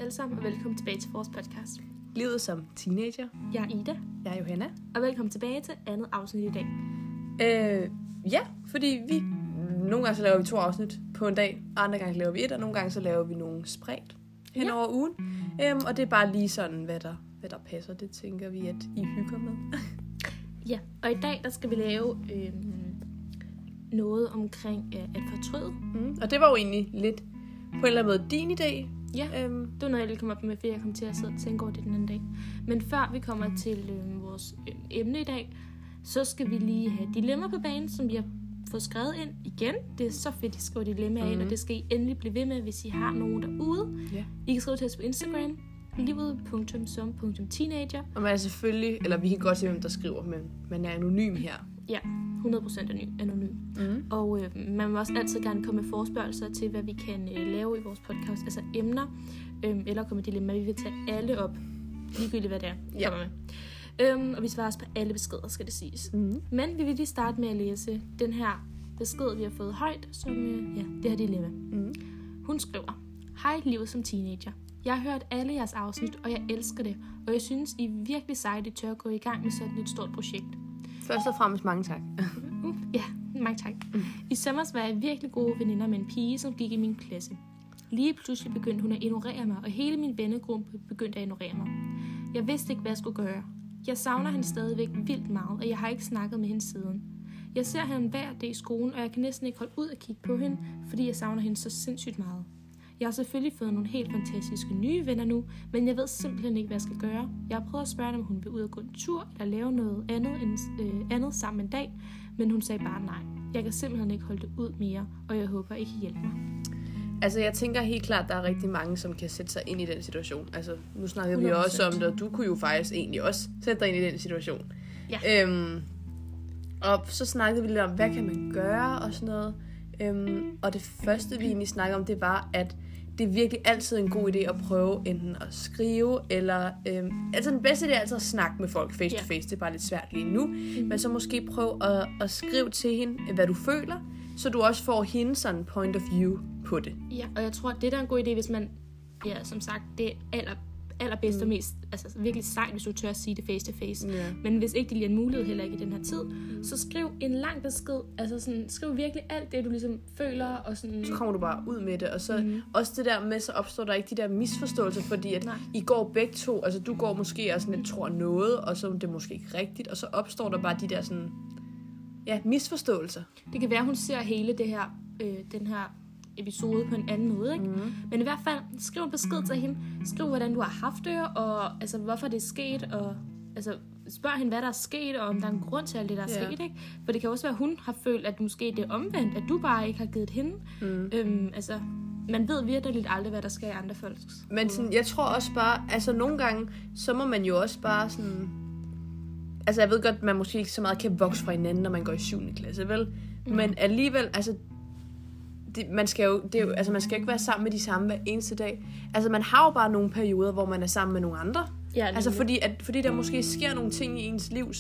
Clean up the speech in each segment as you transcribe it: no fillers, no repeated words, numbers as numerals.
alle sammen, og velkommen tilbage til vores podcast. Livet som teenager. Jeg er Ida. Jeg er Johanna. Og velkommen tilbage til andet afsnit i dag. Ja, fordi nogle gange så laver vi 2 afsnit på en dag, andre gange laver vi 1, og nogle gange så laver vi nogle spredt hen over ugen. Og det er bare lige sådan, hvad der passer. Det tænker vi, at I hygger med. Ja, og i dag der skal vi lave noget omkring at fortryde. Og det var jo egentlig lidt på en eller anden måde din idé. Ja, det var noget, jeg ville komme op med, fordi jeg kom til at sidde og tænke over det den anden dag. Men før vi kommer til vores emne i dag, så skal vi lige have dilemma på banen, som vi har fået skrevet ind igen. Det er så fedt, at I skriver dilemmaer ind, og det skal I endelig blive ved med, hvis I har nogen derude. Ja. I kan skrive til os på Instagram, livet.som.teenager. Og man er selvfølgelig, eller vi kan godt se, hvem der skriver, men man er anonym her. Ja, 100% anonym. Og man må også altid gerne komme med forespørgelser til, hvad vi kan lave i vores podcast, altså emner, eller komme med dilemmaer. Vi vil tage alle op, ligegyldigt hvad det er, vi kommer med. Og vi svarer også på alle beskeder, skal det siges. Men vi vil lige starte med at læse den her besked, vi har fået højt, som det her dilemma. Hun skriver: Hej, livet som teenager. Jeg har hørt alle jeres afsnit, og jeg elsker det, og jeg synes, I er virkelig sejt, I tør at gå i gang med sådan et stort projekt. Først og fremmest mange tak. Ja, mange tak. I sommer var jeg virkelig gode veninder med en pige, som gik i min klasse. Lige pludselig begyndte hun at ignorere mig, og hele min vennegruppe begyndte at ignorere mig. Jeg vidste ikke, hvad jeg skulle gøre. Jeg savner hende stadigvæk vildt meget, og jeg har ikke snakket med hende siden. Jeg ser hende hver dag i skolen, og jeg kan næsten ikke holde ud at kigge på hende, fordi jeg savner hende så sindssygt meget. Jeg har selvfølgelig fået nogle helt fantastiske nye venner nu, men jeg ved simpelthen ikke, hvad jeg skal gøre. Jeg har prøvet at spørge hende, om hun vil ud og gå en tur eller lave noget andet sammen en dag, men hun sagde bare nej. Jeg kan simpelthen ikke holde det ud mere, og jeg håber, I kan hjælpe mig. Altså, jeg tænker helt klart, at der er rigtig mange, som kan sætte sig ind i den situation. Altså, nu snakkede 100%. vi også om det, og du kunne jo faktisk egentlig også sætte dig ind i den situation. Ja. Og så snakkede vi lidt om, hvad kan man gøre og sådan noget. Og det første, vi egentlig snakkede om, det var, at det er virkelig altid en god idé at prøve enten at skrive, eller... altså, den bedste idé er altid at snakke med folk face to face. Det er bare lidt svært lige nu. Men så måske prøve at skrive til hende, hvad du føler, så du også får hende sådan point of view på det. Ja, og jeg tror, det der er en god idé, hvis man... Ja, som sagt, det er allerbedst og mest altså virkelig sejt, hvis du tør at sige det face to face. Men hvis ikke det lige er en mulighed, heller ikke i den her tid, så skriv en lang besked. Altså sådan, skriv virkelig alt det, du ligesom føler. Og sådan... Så kommer du bare ud med det. Og så også det der med, så opstår der ikke de der misforståelser, fordi at I går begge to, altså du går måske og sådan lidt tror noget, og så er det måske ikke rigtigt, og så opstår der bare de der sådan, misforståelser. Det kan være, hun ser hele det her, den her episode på en anden måde, ikke? Men i hvert fald, skriv en besked til hende. Skriv, hvordan du har haft det, og altså, hvorfor det er sket, og altså, spørg hende, hvad der er sket, og om der er en grund til alt det, der er sket, ikke? For det kan også være, at hun har følt, at måske det er omvendt, at du bare ikke har givet hende. Altså, man ved virkelig aldrig, hvad der sker i andre folks. Men sådan, jeg tror også bare, altså nogle gange, så må man jo også bare sådan... Altså, jeg ved godt, man måske ikke så meget kan vokse fra hinanden, når man går i 7. klasse, vel? Men alligevel, altså... Man skal jo ikke være sammen med de samme hver eneste dag. Altså, man har jo bare nogle perioder, hvor man er sammen med nogle andre. Ja, altså, fordi der måske sker nogle ting i ens liv,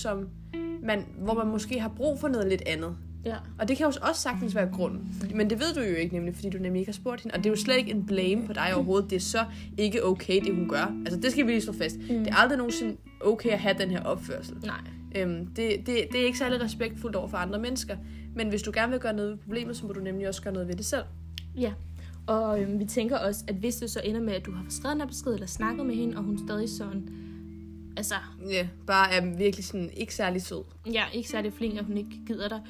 hvor man måske har brug for noget lidt andet. Ja. Og det kan jo også sagtens være grunden. Men det ved du jo ikke nemlig, fordi du nemlig ikke har spurgt hende. Og det er jo slet ikke en blame på dig overhovedet. Det er så ikke okay, det hun gør. Altså, det skal vi lige slå fast. Det er aldrig nogensinde okay at have den her opførsel. Nej. Det er ikke særlig respektfuldt over for andre mennesker. Men hvis du gerne vil gøre noget ved problemet, så må du nemlig også gøre noget ved det selv. Ja, og vi tænker også, at hvis det så ender med, at du har skrevet en besked eller snakket med hende, og hun stadig sådan, altså... Ja, bare er virkelig sådan ikke særlig sød. Ja, ikke særlig flink, at hun ikke gider dig.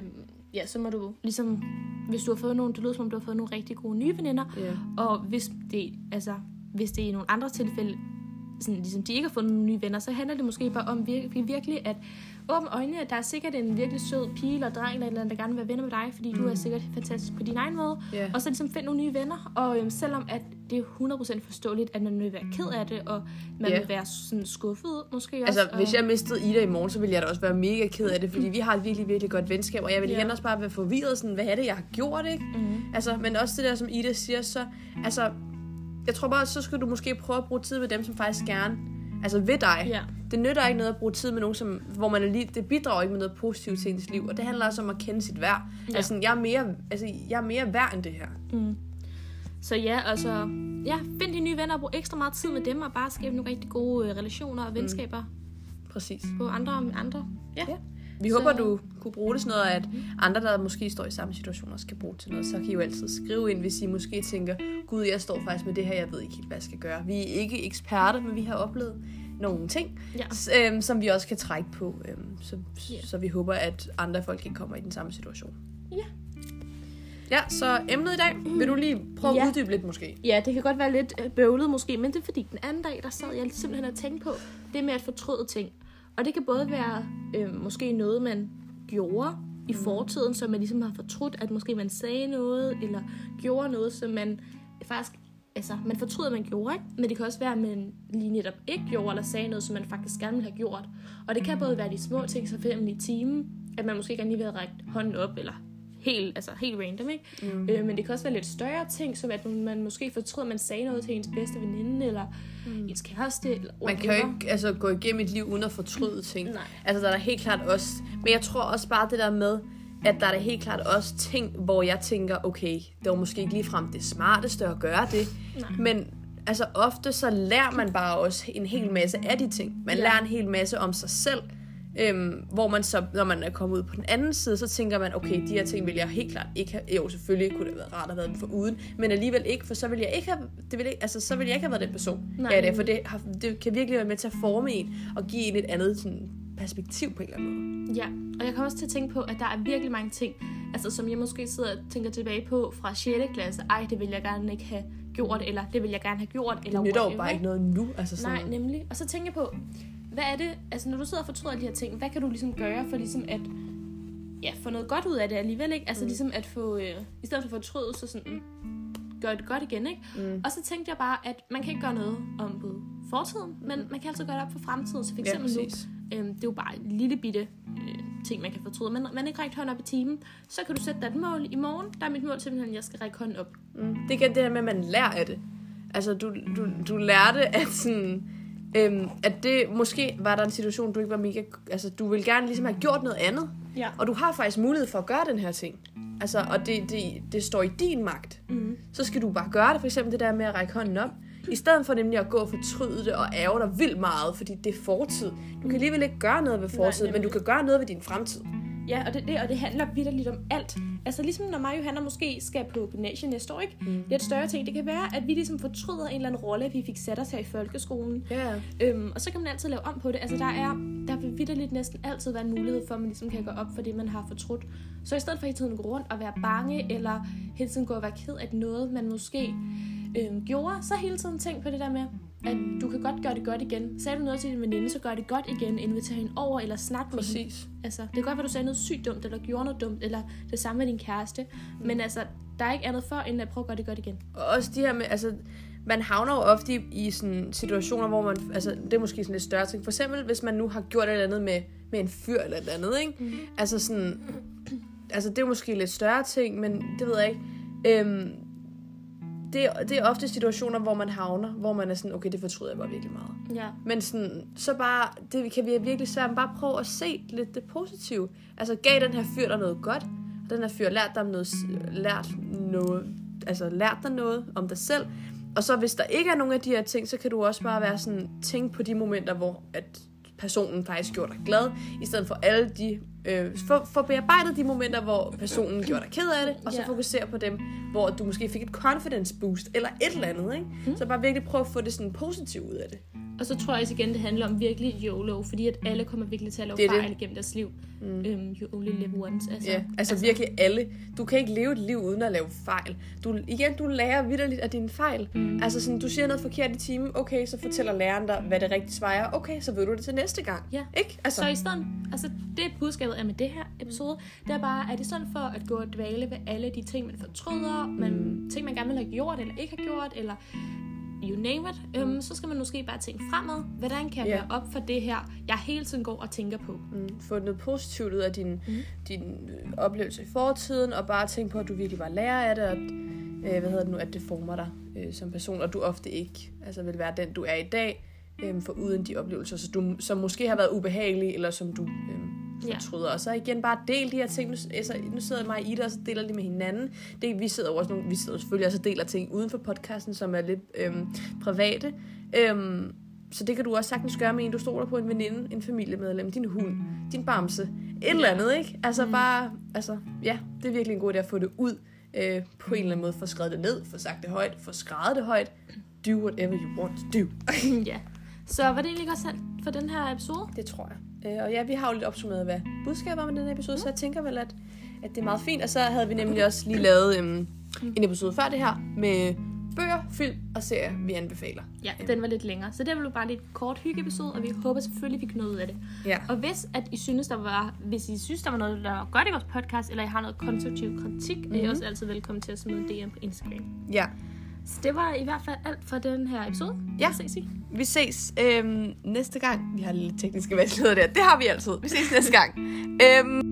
Så må du ligesom, hvis du har fået nogle, det lyder som om du har fået nogle rigtig gode nye veninder, og hvis det er i nogle andre tilfælde, sådan, ligesom de ikke har fundet nogle nye venner, så handler det måske bare om virkelig at åbne øjnene, at der er sikkert en virkelig sød pige eller dreng eller der gerne vil være venner med dig, fordi du er sikkert fantastisk på din egen måde, og så ligesom finde nogle nye venner, og selvom at det er 100% forståeligt, at man vil være ked af det, og man vil være sådan skuffet måske også. Altså, hvis jeg mistede Ida i morgen, så ville jeg da også være mega ked af det, fordi vi har et virkelig, virkelig godt venskab, og jeg vil igen også bare være forvirret, sådan, hvad er det, jeg har gjort, ikke? Altså, men også det der, som Ida siger, så, altså, jeg tror bare, så skal du måske prøve at bruge tid med dem, som faktisk gerne, altså ved dig. Ja. Det nytter ikke noget at bruge tid med nogen, hvor man det bidrager ikke med noget positivt til ens liv, og det handler også om at kende sit værd. Ja. Altså, jeg er mere værd end det her. Så ja, altså, find de nye venner og bruge ekstra meget tid med dem, og bare skabe nogle rigtig gode relationer og venskaber. Præcis. På andre. Ja. Vi håber, du kunne bruge det sådan noget, at andre, der måske står i samme situation, også kan bruge til noget. Så kan I jo altid skrive ind, hvis I måske tænker, gud, jeg står faktisk med det her, jeg ved ikke helt, hvad jeg skal gøre. Vi er ikke eksperter, men vi har oplevet nogle ting, som vi også kan trække på. Så vi håber, at andre folk ikke kommer i den samme situation. Ja. Ja, så emnet i dag, vil du lige prøve at uddybe lidt måske? Ja, det kan godt være lidt bøvlet måske, men det er fordi den anden dag, der sad jeg simpelthen og tænkte på det med at fortryde ting. Og det kan både være måske noget, man gjorde i fortiden, som man ligesom har fortrudt, at måske man sagde noget, eller gjorde noget, som man faktisk, altså man fortryder, man gjorde, ikke? Men det kan også være, at man lige netop ikke gjorde, eller sagde noget, som man faktisk gerne ville have gjort. Og det kan både være de små ting, så for eksempel i timen, at man måske gerne lige vil have rækket hånden op, eller helt random, ikke? Men det kan også være lidt større ting, som at man måske fortryder, at man sagde noget til ens bedste veninde, eller ens kæreste, eller man kan jo ikke gå igennem et liv uden at fortryde ting. Nej. Altså, der er helt klart også... Men jeg tror også bare det der med, at der er da helt klart også ting, hvor jeg tænker, okay, det var måske ikke ligefrem det smarteste at gøre det. Nej. Men altså, ofte så lærer man bare også en hel masse af de ting. Man lærer en hel masse om sig selv. Hvor man så, når man er kommet ud på den anden side, så tænker man, okay, de her ting vil jeg helt klart ikke have, jo selvfølgelig kunne det have været rart at have været for uden, men alligevel ikke, for så vil jeg ikke have, så vil jeg ikke have været den person. Ja, det, for det kan virkelig være med til at forme en, og give en et andet sådan, perspektiv på en eller anden måde. Ja, og jeg kan også til at tænke på, at der er virkelig mange ting, altså som jeg måske sidder og tænker tilbage på fra 6. klasse, det vil jeg gerne ikke have gjort, eller det vil jeg gerne have gjort, eller det nytter jo bare ikke noget nu. Altså sådan. Nej, nemlig. Og så tænker jeg på, hvad er det, altså når du sidder og fortryder de her ting, hvad kan du ligesom gøre for ligesom at, få noget godt ud af det alligevel, ikke? Altså ligesom at få, i stedet for fortryde, så sådan, gøre det godt igen, ikke? Og så tænkte jeg bare, at man kan ikke gøre noget om på fortiden, men man kan altid gøre det op for fremtiden, så for eksempel nu, det er jo bare en lille bitte ting, man kan fortryde, men man ikke rækker hånden op i timen, så kan du sætte dig et mål i morgen, der er mit mål simpelthen, at jeg skal række hånden op. Det er det her med, at man lærer af det. Altså, du lærte, at sådan... at det måske var der en situation, du ikke var mega... Altså, du vil gerne ligesom have gjort noget andet. Ja. Og du har faktisk mulighed for at gøre den her ting. Altså, og det står i din magt. Så skal du bare gøre det. For eksempel det der med at række hånden op. I stedet for nemlig at gå og fortryde det og ærge dig vildt meget, fordi det er fortid. Du kan alligevel ikke gøre noget ved fortid, men du kan gøre noget ved din fremtid. Ja, og det handler vitterligt om alt. Altså ligesom når mig og Johanna måske skal på gymnasiet næste år, ikke? Det er et større ting. Det kan være, at vi ligesom fortryder en eller anden rolle, vi fik sat os her i folkeskolen. Og så kan man altid lave om på det. Altså der vil vitterligt næsten altid være en mulighed for, at man ligesom kan gå op for det, man har fortrudt. Så i stedet for hele tiden gå rundt og være bange, eller hele tiden gå og være ked af noget, man måske gjorde, så hele tiden tænk på det der med, at du kan godt gøre det godt igen. Sagde du noget til din veninde, så gør det godt igen. Inviter hende over, eller snak med hende. Altså, det kan godt være, du sagde noget sygt dumt, eller gjorde noget dumt, eller det samme med din kæreste. Men altså, der er ikke andet for, end at prøve at gøre det godt igen. Og også de her med, altså, man havner jo ofte i sådan situationer, hvor man, altså, det er måske sådan lidt større ting. For eksempel, hvis man nu har gjort et eller andet med en fyr eller et andet, ikke? Altså sådan, altså det er måske lidt større ting, men det ved jeg ikke. Det er ofte situationer, hvor man havner, hvor man er sådan, okay, det fortryder jeg bare virkelig meget. Ja. Men sådan, så bare, det kan vi virkelig svært, bare prøve at se lidt det positive. Altså, gav den her fyr der noget godt, og den her fyr lært dig noget om dig selv. Og så hvis der ikke er nogen af de her ting, så kan du også bare være sådan, tænk på de momenter, hvor at personen faktisk gjorde dig glad, i stedet for alle de få bearbejdet de momenter, hvor personen gjorde dig ked af det, og så fokusere på dem, hvor du måske fik et confidence boost, eller et eller andet, ikke? Så bare virkelig prøve at få det sådan positivt ud af det. Og så tror jeg også igen, det handler om virkelig YOLO, fordi at alle kommer virkelig til at lave fejl igennem deres liv. You only live once. Altså virkelig alle. Du kan ikke leve et liv uden at lave fejl. Du lærer vitterligt af dine fejl. Altså sådan, du siger noget forkert i timen, okay, så fortæller læreren dig, hvad det rigtige svar er. Okay, så ved du det til næste gang. Ja. Ikke? Altså. Så i stedet, altså det budskabet er med det her episode, det er bare, at i stedet for at gå og dvæle ved alle de ting, man fortryder, ting man gerne vil have gjort, eller ikke har gjort, eller you name it, så skal man måske bare tænke fremad, hvordan kan jeg være op for det her, jeg hele tiden går og tænker på. Få noget positivt ud af din oplevelse i fortiden, og bare tænke på, at du virkelig bare lærer af det, og at det former dig som person, og du ofte ikke vil være den, du er i dag, for uden de oplevelser, som måske har været ubehagelige, eller som du fortryder. Og så igen bare del de her ting. Nu sidder mig og Ida, og så deler de med hinanden. Vi sidder selvfølgelig også og deler ting uden for podcasten, som er lidt private. Så det kan du også sagtens gøre med en, du stoler på, en veninde, en familiemedlem, din hund, din bamse, et eller andet, ikke? Altså bare, det er virkelig en god idé at få det ud på en eller anden måde, få skrevet det ned, få sagt det højt, få skrevet det højt. Do whatever you want to do. Ja. Så var det egentlig også alt for den her episode? Det tror jeg. Og ja, vi har jo lidt opsummeret, hvad budskabet var med den her episode, så jeg tænker vel, at det er meget fint. Og så havde vi nemlig også lige lavet en episode før det her, med bøger, film og serier, vi anbefaler. Ja, den var lidt længere. Så det var bare lidt kort hyggeepisode, og vi håber selvfølgelig, vi kan nå ud af det. Ja. Og hvis I synes, der var noget, der var godt i vores podcast, eller I har noget konstruktiv kritik, er I også altid velkommen til at smide DM på Instagram. Ja. Så det var i hvert fald alt for den her episode. Ja, vi ses næste gang. Vi har lidt tekniske vanskeligheder der. Det har vi altid. Vi ses næste gang.